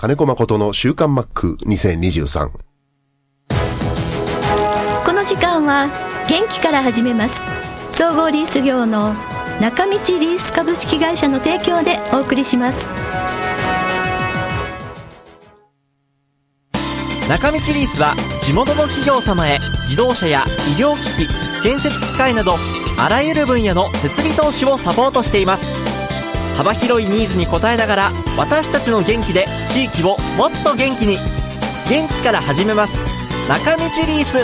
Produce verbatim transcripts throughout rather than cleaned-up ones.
金子誠の週刊マックにせんにじゅうさん。 この時間は元気から始めます。総合リース業の中道リース株式会社の提供でお送りします。 中道リースは地元の企業様へ自動車や医療機器、建設機械などあらゆる分野の設備投資をサポートしています。幅広いニーズに応えながら私たちの元気で地域をもっと元気に。元気から始めます。中道リース。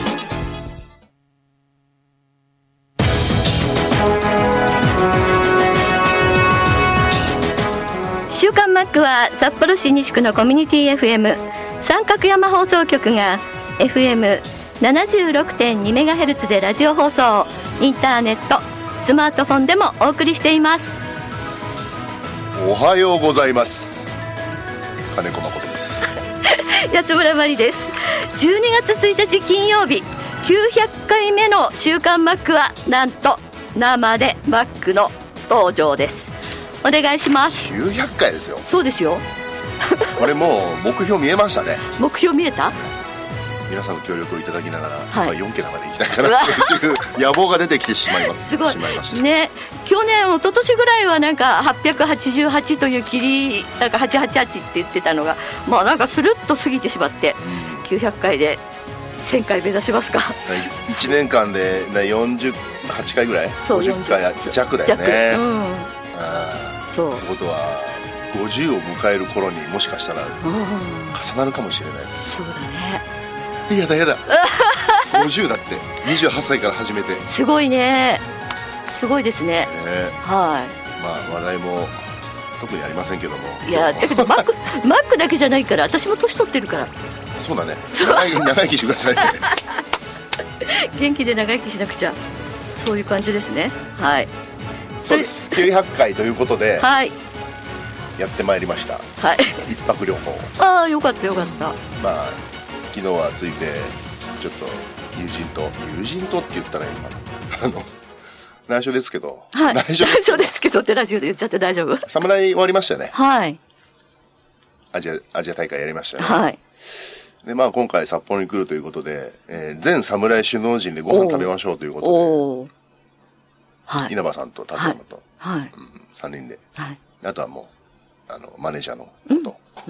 週刊マックは札幌市西区のコミュニティ エフエム 三角山放送局が エフエムななじゅうろくてんにメガヘルツ でラジオ放送、インターネット、スマートフォンでもお送りしています。 おはようございます。金子誠です。 安村麻里です。じゅうにがつついたち金曜日、きゅうひゃっかいめの週刊マックはなんと生でマックの登場です。お願いします。 きゅうひゃっかいですよ。 そうですよ。 これもう目標見えましたね。 目標見えた？ 皆さんの協力をいただきながら、 はい、 まあ、よん桁まで行きたいかなという野望が出てきてしまいますすごいしまいましたね。去年一昨年ぐらいはなんかはっぴゃくはちじゅうはちという切りなんかはちはちはちって言ってたのが、まあなんかスルッと過ぎてしまって、うん、きゅうひゃっかいでせんかい目指しますか。 いちねんかんでよんじゅうはちかいぐらい、 そうごじゅっかい弱だよね。 弱、うん、 あそうということはごじゅうを迎える頃にもしかしたら重なるかもしれない、うん、 そうだね。 やだやだごじゅうだってにじゅうはっさいから始めてすごいね。すごいですね、ね。はい。 まあ話題も特にありませんけども、 いやだけどマックマックだけじゃないから、私も年取ってるから。 そうだね。長生き長生きしてくださいね。 元気で長生きしなくちゃ。そういう感じですね。はい。 そうです。きゅうひゃっかいということで、 はい、 やってまいりました。 はい。 一泊旅行。 ああよかったよかった。 まあ昨日はついてちょっと友人と友人とって言ったらいいのかな。あの内緒ですけど、 はい、内緒ですけどですけどってラジオで言っちゃって大丈夫？ 侍終わりましたよね。 はい。 アジアアジア大会やりましたよね。 はい。 でまあ今回札幌に来るということで、えー、全侍首脳陣でご飯食べましょうということで、おはい、稲葉さんと立山と、はいはい、うん、さんにんで、はい、あとはもうあのマネージャーのと、うん、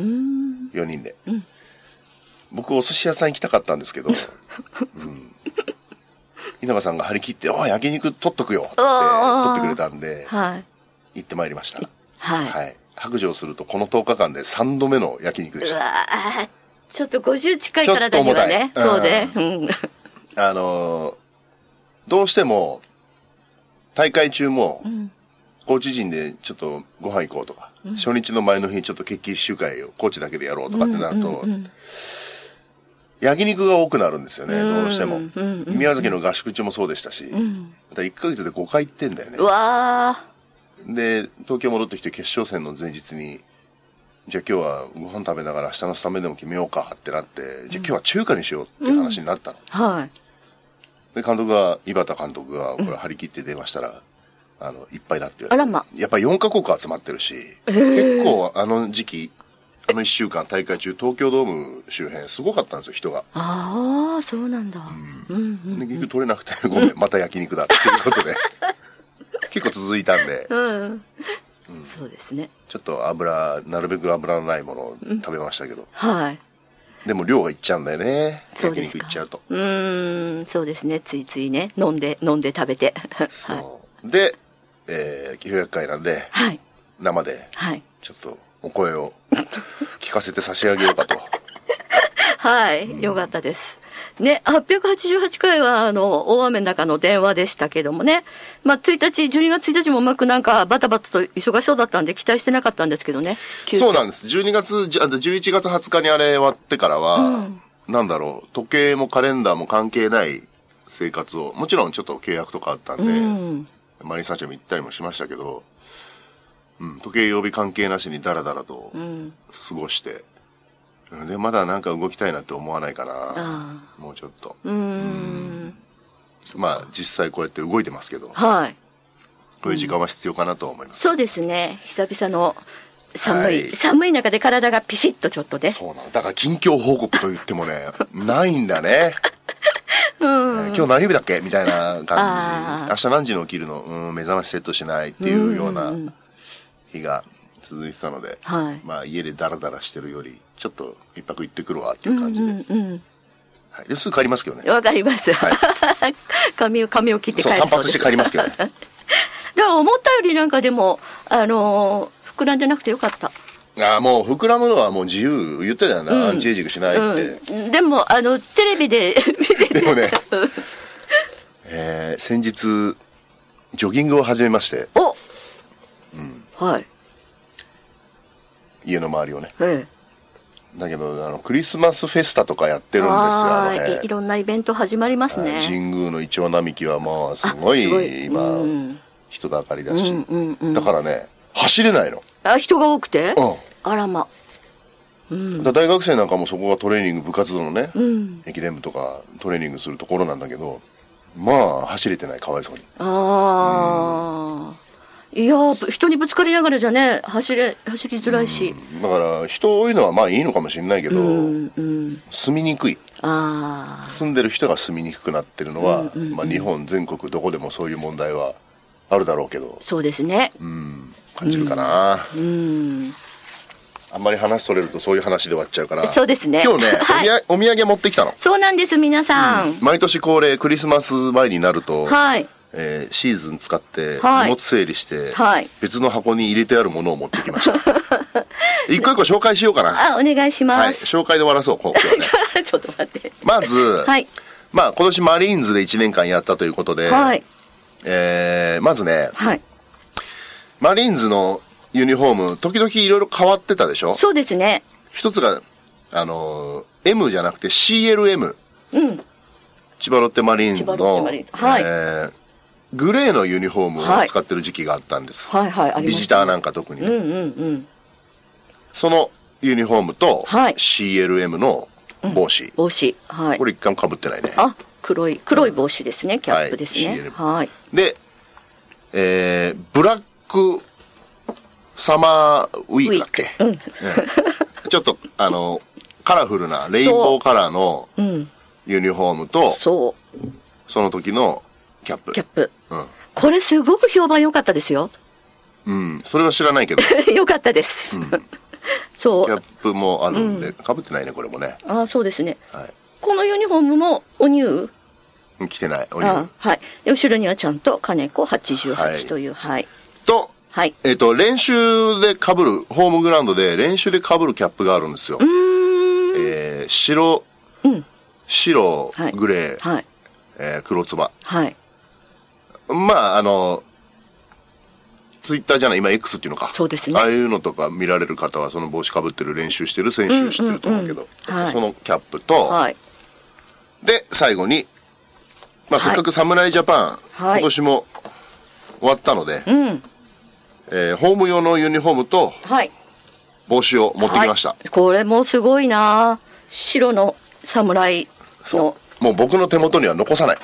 よにんで、うん、僕お寿司屋さん行きたかったんですけど、うん、稲葉さんが張り切って「おい焼肉取っとくよ」って取ってくれたんで、はい、行ってまいりました。はい、はい、白状するとこのとおかかんでさんどめの焼肉でした。うわちょっとごじゅう近い体にはね、そうね、うん、 あのー、どうしても大会中も、うん、コーチ陣でちょっとご飯行こうとか、うん、初日の前の日ちょっと決起集会をコーチだけでやろうとかってなると、うんうんうん、焼肉が多くなるんですよね、うん、どうしても、うんうん、宮崎の合宿中もそうでしたし、うん、だいっかげつでごかい行ってんだよね。 うわで東京戻ってきて決勝戦の前日にじゃあ今日はご飯食べながら明日のスタメンでも決めようかってなって、じゃあ今日は中華にしようっていう話になったの、うんはい、で監督が井端監督がこれ張り切って電話したら、うん、あのいっぱいだって言われて、あら、ま、やっぱりよんかこく集まってるし、結構あの時期あのいっしゅうかん大会中東京ドーム周辺すごかったんですよ人が。 ああそうなんだ、 うんうんうんうん、で結局取れなくてごめんまた焼肉だっていうことで結構続いたんで、うんうんうん、そうですね。 ちょっと油なるべく油のないものを食べましたけど、うん、 はいでも量がいっちゃうんだよね。焼肉いっちゃうとうーんそうですね。ついついね飲んで飲んで食べてそう、はい、で、えー、きゅうひゃっかいなんで、はい、生でちょっとお声を聞かせて差し上げようかとはい、うん、よかったですね。はっぴゃくはちじゅうはちかいはあの大雨の中の電話でしたけどもね、まあ、ついたちじゅうにがつついたちもうまくなんかバタバタと忙しそうだったんで期待してなかったんですけどね。 そうなんです。じゅうにがつじゅういちがつはつかにあれ終わってからは、うん、なんだろう時計もカレンダーも関係ない生活を、もちろんちょっと契約とかあったんで、うん、マリンスタジアム行ったりもしましたけど、うん、時計曜日関係なしにダラダラと過ごして、うん、でまだなんか動きたいなって思わないかな。もうちょっとうーん、うん、まあ実際こうやって動いてますけど、はい、こういう時間は必要かなと思います、 うん、そうですね。久々の寒い、はい、寒い中で体がピシッとちょっとね。 そうなの。だから近況報告と言ってもね、ないんだね。うん、今日何曜日だっけみたいな感じ。明日何時に起きるの、うん、目覚ましセットしないっていうような日が続いてたので、はい、まあ家でダラダラしてるよりちょっと一泊行ってくるわっていう感じで、うんうんうん、はい、ですぐ帰りますけどね。 わかります。はい、髪を髪を切って帰るそうです。 そう散髪して帰りますけどね。だから思ったよりなんかでもあのー、膨らんでなくてよかった。 ああもう膨らむのはもう自由言ってたよな、うん、アンチエイジングしないって、 うん、でもあのテレビででもね、えー、先日ジョギングを始めまして、 お、うん、はい、 家の周りをね、ええ、だけどあのクリスマスフェスタとかやってるんですよ。ああ、いろんなイベント始まりますね。 神宮のイチョウ並木はまあすごい、すごい今、うん、人だかりだし、うんうんうん、だからね走れないの。 あ、人が多くて、 うん、 あらま、 うん、だ大学生なんかもそこがトレーニング部活動のね、うん、駅伝部とかトレーニングするところなんだけど、まあ走れてない、かわいそうに。 ああ、うん、いや人にぶつかりながらじゃね走れ走りづらいし、 うん、だから人多いのはまあいいのかもしれないけど、うんうん、住みにくい。あ、住んでる人が住みにくくなってるのは、うんうんうん、まあ、日本全国どこでもそういう問題はあるだろうけど、 そうですね、 うん、感じるかな、うんうん、あんまり話それるとそういう話で終わっちゃうから。 そうですね。 今日ね、はい、お, お土産持ってきたの。 そうなんです、皆さん、うん、 毎年恒例クリスマス前になると、はい、えー、シーズン使って荷物整理して、はい、別の箱に入れてあるものを持ってきました。一個一個紹介しようかな。 あ、お願いします、はい、 紹介で終わらそう今日はね。 ちょっと待って。 まず、はい、まあ今年マリーンズでいちねんかんやったということで、はい、えー、まずね、はい、マリーンズのユニフォーム時々いろいろ変わってたでしょ。 そうですね。 一つがあの M じゃなくて シーエルエム、うん、千葉ロッテマリーンズの、はい、えー、グレーのユニフォームを使ってる時期があったんです、はいはいはい、ビジターなんか特にね、うんうんうん、そのユニフォームと シーエルエム の帽子、うん、 帽子、はい、 これ一回も被ってないね。 あ、黒い黒い帽子ですね、うん、キャップですね、はい、はい、 で、えー、ブラックサマーウィークだっけ、うんうん、ちょっとあのカラフルなレインボーカラーのユニフォームと、そう、その時のキャップキャップ、うん、これすごく評判良かったですよ。 うん、それは知らないけど良かったです、うん、そうキャップもあるんで、かぶってないねこれもね。 ああ、そうですね、はい、このユニフォームもおニュー着てない、おニュー、 はい、で後ろにはちゃんと金子はちじゅうはちという、はい、はい、 と、はい、えっと練習で被る、ホームグラウンドで練習で被るキャップがあるんですよ。うーん、えー、白、うん、白、はい、グレー、はい、えー、黒つば、はい、まああのツイッターじゃない、今 X っていうのか、 そうですね、 ああいうのとか見られる方はその帽子かぶってる練習してる選手を知ってると思うけど、うんうんうん、そのキャップと、はい、で最後に、まあ、せっかく侍ジャパン、はい、今年も終わったので、うん、えー、ホーム用のユニフォームと帽子を持ってきました、はい、 これもすごいな、白の侍の、 もう僕の手元には残さない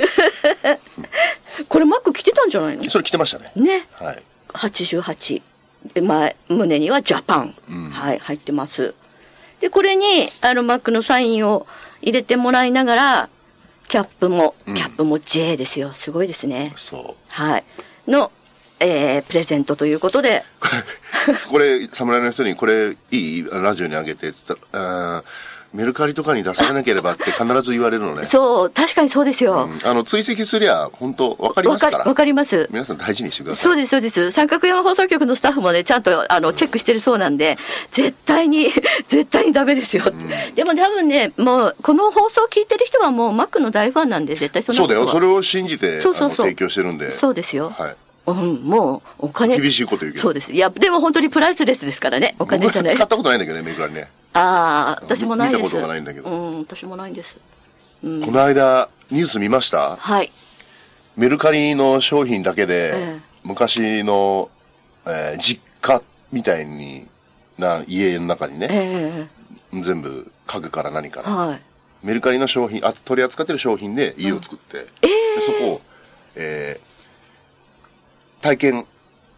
これマック着てたんじゃないの。 それ着てましたね。 ね、はい、はちじゅうはち、前胸にはジャパン、うん、はい、入ってます。でこれにあのマックのサインを入れてもらいながら、キャップも、うん、キャップも ジェー ですよ、すごいですね。そう、はい、の、えー、プレゼントということでこれ侍の人にこれいいラジオにあげてって言ったら、あ、メルカリとかに出されなければって必ず言われるのね。 そう、確かにそうですよ、 うん、あの追跡すりゃ本当分かりますから。 分かります。 皆さん大事にしてください。 そうですそうです。三角山放送局のスタッフもねちゃんとあのチェックしてるそうなんで、絶対に絶対にダメですよ、うん、でも多分ね、もうこの放送を聞いてる人はもうマックの大ファンなんで、絶対そんなことは。 そうだよ、それを信じてそうそうそう提供してるんで。 そうですよ、はい、うん、もうお金厳しいこと言うけど。 そうです。いやでも本当にプライスレスですからね、お金じゃない。 使ったことないんだけどね、メルカリね。 ああ、私もないです。 見たことがないんだけど、 うん、私もないんです、うん、 この間ニュース見ました。 はい、 メルカリの商品だけで、えー、昔の、えー、実家みたいにな家の中にね、えー、全部家具から何から、はい、メルカリの商品あ取り扱ってる商品で家を作って、うん、えー、でそこを、えー、体験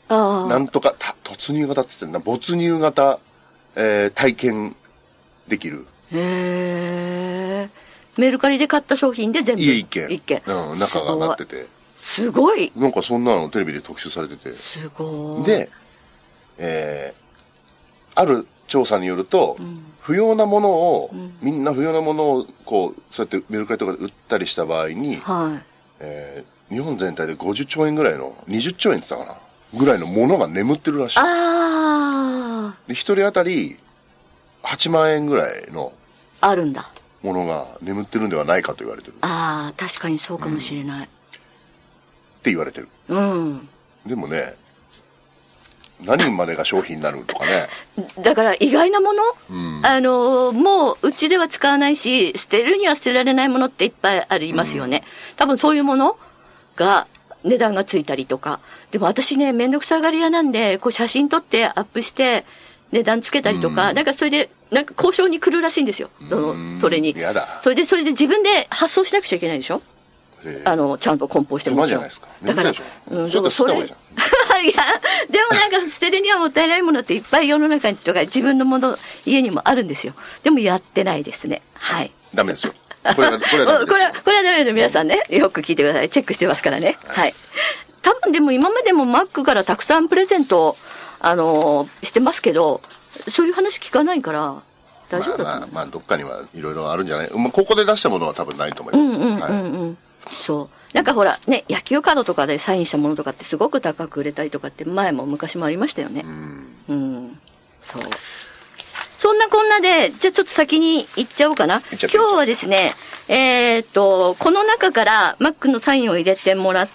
なんとかた突入型って言ってるな、没入型、えー、体験できる。 へー。メルカリで買った商品で全部家一軒一軒、 うん、中がなってて、 すごい。 なんかそんなのテレビで特集されてて、 すごい。 で、えー、ある調査によると、うん、不要なものを、うん、みんな不要なものをこうそうやってメルカリとかで売ったりした場合に、はい、えー、日本全体でごじゅっちょうえんぐらいのにじゅっちょうえんって言ったかなぐらいのものが眠ってるらしい。 あでひとり当たりはちまんえんぐらいのあるんだものが眠ってるんではないかと言われてる。 ああ、確かにそうかもしれない、うん、 って言われてる。 うん。 でもね、何までが商品になるとかね。 だから意外なもの、 うん、 あのもううちでは使わないし、捨てるには捨てられないものっていっぱいありますよね、うん、多分そういうものが値段がついたりとか。でも私ね、めんどくさがり屋なんで、こう写真撮ってアップして値段つけたりとか、うん、なんかそれでなんか交渉に来るらしいんですよ、どのそれに。 やだ。 それでそれで自分で発送しなくちゃいけないでしょ、あのちゃんと梱包してもちろん。 手間じゃないですか。だから、うん、 ちょっとそれいやでもなんか捨てるにはもったいないものっていっぱい世の中にとか自分のもの家にもあるんですよ。でもやってないですね。はい。 ダメですよ。これはこれはダメです。 これはこれはダメです。皆さんね、よく聞いてください。チェックしてますからね。はい。はい、多分でも今までもマックからたくさんプレゼントあのー、してますけど、そういう話聞かないから大丈夫だと思う。 まあまあ、まあ、どっかにはいろいろあるんじゃない。まあ、ここで出したものは多分ないと思います。 うんうんうんうん。はい、そう。なんかほらね、野球カードとかでサインしたものとかってすごく高く売れたりとかって前も昔もありましたよね。うん。うん。そう。そんなこんなで、じゃあちょっと先に行っちゃおうかな。今日はですね、えー、っと、この中からマックのサインを入れてもらって、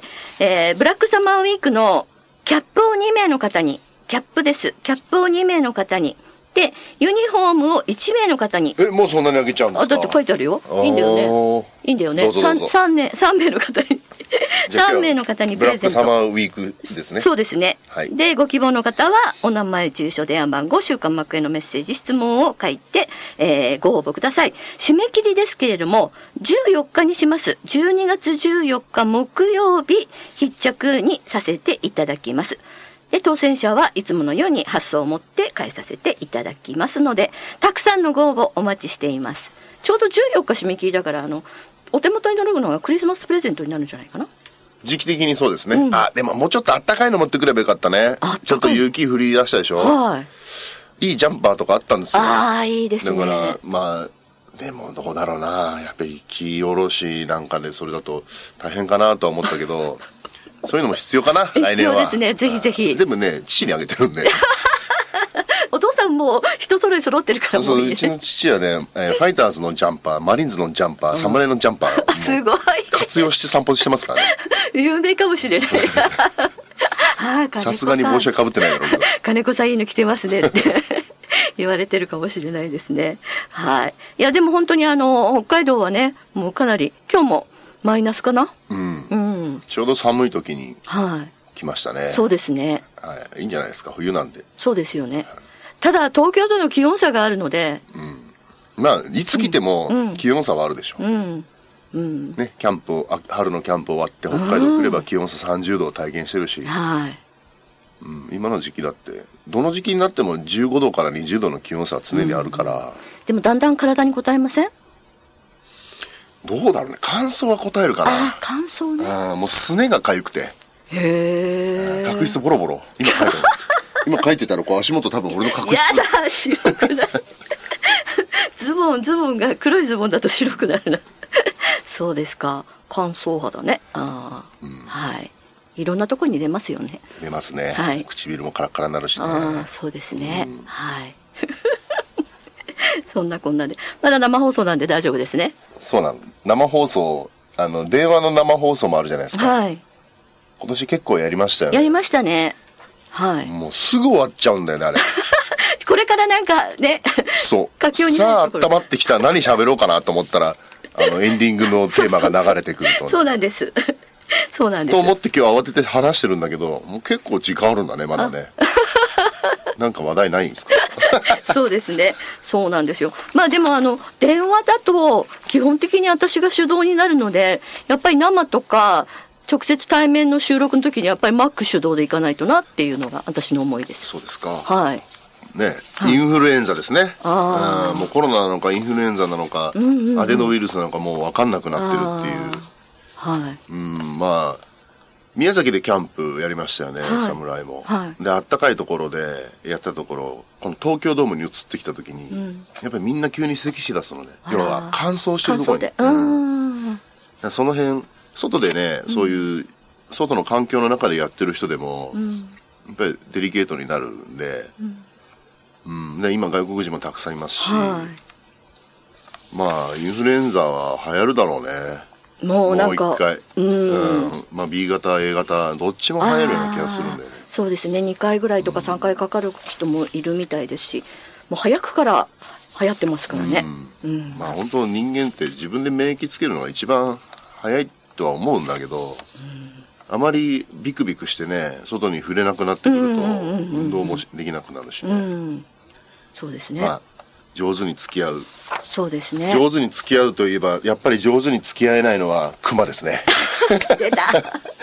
えー、ブラックサマーウィークのキャップをにめいの方に、キャップです。キャップをにめいの方に。で、ユニフォームをいちめいの方に。 え、もうそんなにあげちゃうんですか？ あ、だって書いてあるよ。いいんだよね。いいんだよね。 どうぞどうぞ。 さんねん、さんめいの方に。さんめいの方にプレゼント。 ブラックサマーウィークですね。 そうですね。はい、で、ご希望の方は、お名前、住所、電話番号、週刊マックへのメッセージ、質問を書いて、えー、ご応募ください。締め切りですけれども、じゅうよっかにします。じゅうにがつじゅうよっか木曜日、必着にさせていただきます。で、当選者はいつものように発送を持って返させていただきますので、たくさんのご応募お待ちしています。ちょうどじゅうよっか締め切りだから、あの、お手元に届くのがクリスマスプレゼントになるんじゃないかな。 時期的にそうですね。うん、あ、でももうちょっとあったかいの持ってくればよかったね。ちょっと雪降り出したでしょ。はい。いいジャンパーとかあったんですよ。 ああ、いいですね。 だから、まあ、でもどうだろうな。やっぱり雪下ろしなんかでそれだと大変かなとは思ったけど、そういうのも必要かな、来年は。 必要ですね、ぜひぜひ。 全部ね、父にあげてるんで。 お父さんも人揃い揃ってるからもういい、ね、 そう、うちの父はね、えー、ファイターズのジャンパー、マリーンズのジャンパー、うん、侍のジャンパー。 すごい。 活用して散歩してますからね。 有名かもしれない。 さすがに帽子はかぶってないだろうけど。 金子さんいいの着てますねって言われてるかもしれないですね。はい。いや、でも本当にあの、北海道はね、もうかなり、今日もマイナスかな。 うん。うん、ちょうど寒い時に来ましたね。 はい、そうですね。 はい。いいんじゃないですか、冬なんで。 そうですよね。ただ東京との気温差があるので、 うん、まあいつ来ても気温差はあるでしょう、うんうんね、キャンプ春のキャンプ終わって北海道来れば気温差さんじゅうどを体験してるし、はいうん、今の時期だってどの時期になってもじゅうごどからにじゅうどの気温差は常にあるから、うん、 でもだんだん体に応えません？ どうだろうね、乾燥は応えるかな。 あ、乾燥ね。 あ、もうすねが痒くて、 へえ、 角質ボロボロ今書いてる今書いてたらこう足元多分俺の角質。 やだ、白くなるズボンズボンが黒いズボンだと白くなるなそうですか、乾燥肌ね。あ、うん、はい、いろんなところに出ますよね。 出ますね、はい、唇もカラッカラになるしね。 あ、そうですね、うん、はいそんなこんなでまだ生放送なんで大丈夫ですね。 そうなの、生放送、あの電話の生放送もあるじゃないですか。はい、今年結構やりましたよね。 やりましたね。はい、 もうすぐ終わっちゃうんだよね、あれこれからなんかね、 そうさあ温まってきた、何喋ろうかなと思ったらあのエンディングのテーマが流れてくると、ね、 そうなんですそうなんですと思って今日慌てて話してるんだけど、もう結構時間あるんだね、まだねなんか話題ないんですかそうですね、そうなんですよ。まあでもあの電話だと基本的に私が主導になるので、やっぱり生とか直接対面の収録の時にやっぱりマック主導でいかないとなっていうのが私の思いです。 そうですか。 はいね、インフルエンザですね。 ああもうコロナなのかインフルエンザなのか、うんうんうん、アデノウイルスなのかもう分かんなくなってるっていう。 はい。 うん、まあ宮崎でキャンプやりましたよね、はい、侍も、はい、であったかいところでやったところこの東京ドームに移ってきた時に、うん、やっぱりみんな急に咳しだすのね。要は乾燥してるところに、うんうん、その辺外でね、うん、そういう外の環境の中でやってる人でも、うん、やっぱりデリケートになるんで、うんうん、で今外国人もたくさんいますし、はい、まあインフルエンザは流行るだろうね。 もうなんかもう一回、うん、うん、まあ B 型 A 型どっちも流行るような気がするんだよね。 そうですね、にかいぐらいとかさんかいかかる人もいるみたいですし、もう早くから流行ってますからね、うんうん、 まあ本当人間って自分で免疫つけるのが一番早いとは思うんだけど、うん、あまりビクビクしてね外に触れなくなってくると運動もできなくなるしね、うん、 そうですね、 まあ上手に付き合う。 そうですね。 上手に付き合うといえばやっぱり上手に付き合えないのはクマですね。 出た。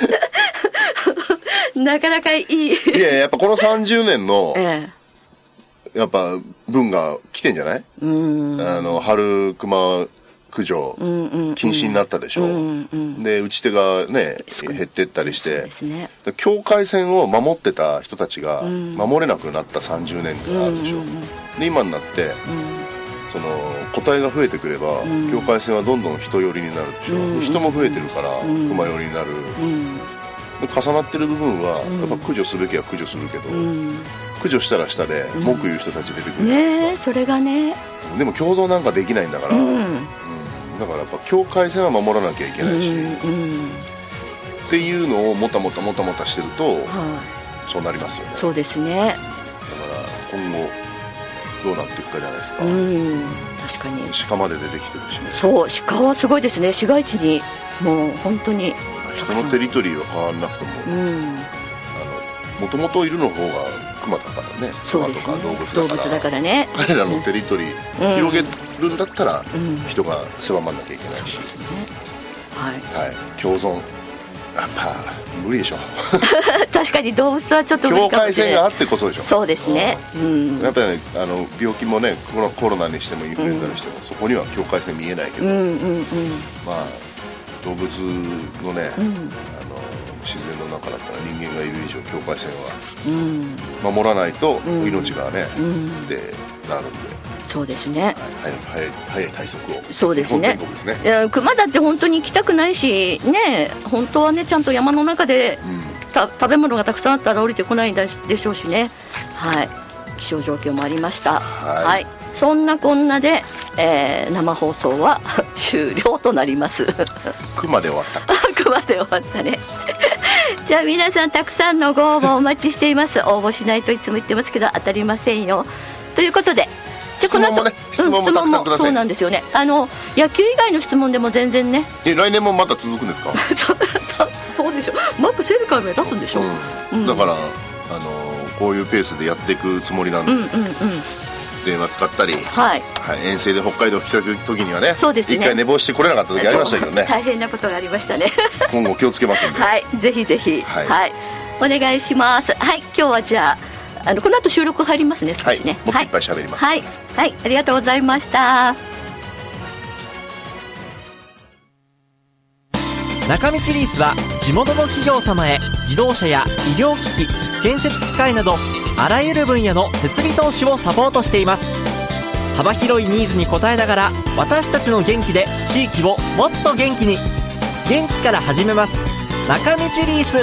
なかなかいい。いややっぱこのさんじゅうねんの、ええ、やっぱ分が来てんじゃない？うんあの春クマ駆除禁止になったでしょ。うんうん、で打ち手がね減ってったりして、ですね、境界線を守ってた人たちが守れなくなったさんじゅうねんがあるでしょ。うんうんうんで今になって、うん、その個体が増えてくれば、うん、境界線はどんどん人寄りになるでしょ、うん、人も増えてるから、うん、熊寄りになる、うん、で重なってる部分は、うん、やっぱ駆除すべきは駆除するけど、うん、駆除したらしたで文句言う人たち出てくるじゃないですか、 ね、それがねでも共存なんかできないんだから、うんうん、だからやっぱ境界線は守らなきゃいけないし、うんうん、っていうのをもたもたもたもたしてると、はい、そうなりますよね。 そうですね。 だから今後どうなっていくかじゃないですか。 うん確かに鹿まで出てきてるしね。 そう鹿はすごいですね。市街地にもう本当に人のテリトリーは変わらなくても、うん、もともといるの方がクマだからね。 そうですね、 クマとか動物だから動物だからね。 彼らのテリトリー、うん、広げるんだったら、うん、人が狭まんなきゃいけないし、ね、はい、はい、共存やっぱ無理でしょ。 確かに動物はちょっと無理かもしれない。境界線があってこそでしょ。 そうですね、うん、 やっぱり、ね、あの病気もねコロナにしてもインフルエンザにしても、うん、そこには境界線見えないけど、うんうんうん、まあ動物のね、うん、あの自然の中だったら人間がいる以上境界線は守らないと命がね、うん、ってなるんで。 そうですね、 はい、早い早い対策を。 そうですね。 日本全国ですね。 いや熊だって本当に行きたくないしね、本当はねちゃんと山の中で、うん、た食べ物がたくさんあったら降りてこないんでしょうしね。はい、気象状況もありました。はい、はい、そんなこんなで、えー、生放送は終了となります。 熊で終わった。 熊で終わったね。じゃあ皆さんたくさんのご応募お待ちしています。応募しないといつも言ってますけど当たりませんよということで、じゃこの後質問もね、質問もたくさんください。 そうなんですよね。あの野球以外の質問でも全然ね。 え来年もまた続くんですか？ そうでしょ。マックセルカー目指すんでしょ、 うんうん、だからあのこういうペースでやっていくつもりなんで、うんうんうん、電話使ったり、はいはい、遠征で北海道来た時にはね、そうですね、一回寝坊してこれなかった時ありましたけどね。 大変なことがありましたね。 今後気をつけますんで、 はい、ぜひぜひ、はいはい、お願いします。はい、今日はじゃああのこの後収録入りますね、少しね、 はい、もっといっぱい喋ります。 はい、はい、ありがとうございました。 中道リースは地元の企業様へ自動車や医療機器、建設機械などあらゆる分野の設備投資をサポートしています。幅広いニーズに応えながら私たちの元気で地域をもっと元気に、元気から始めます。中道リース。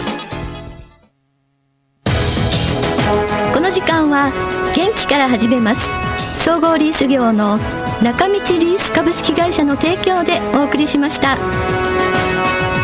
この時間は元気から始めます総合リース業の中道リース株式会社の提供でお送りしました。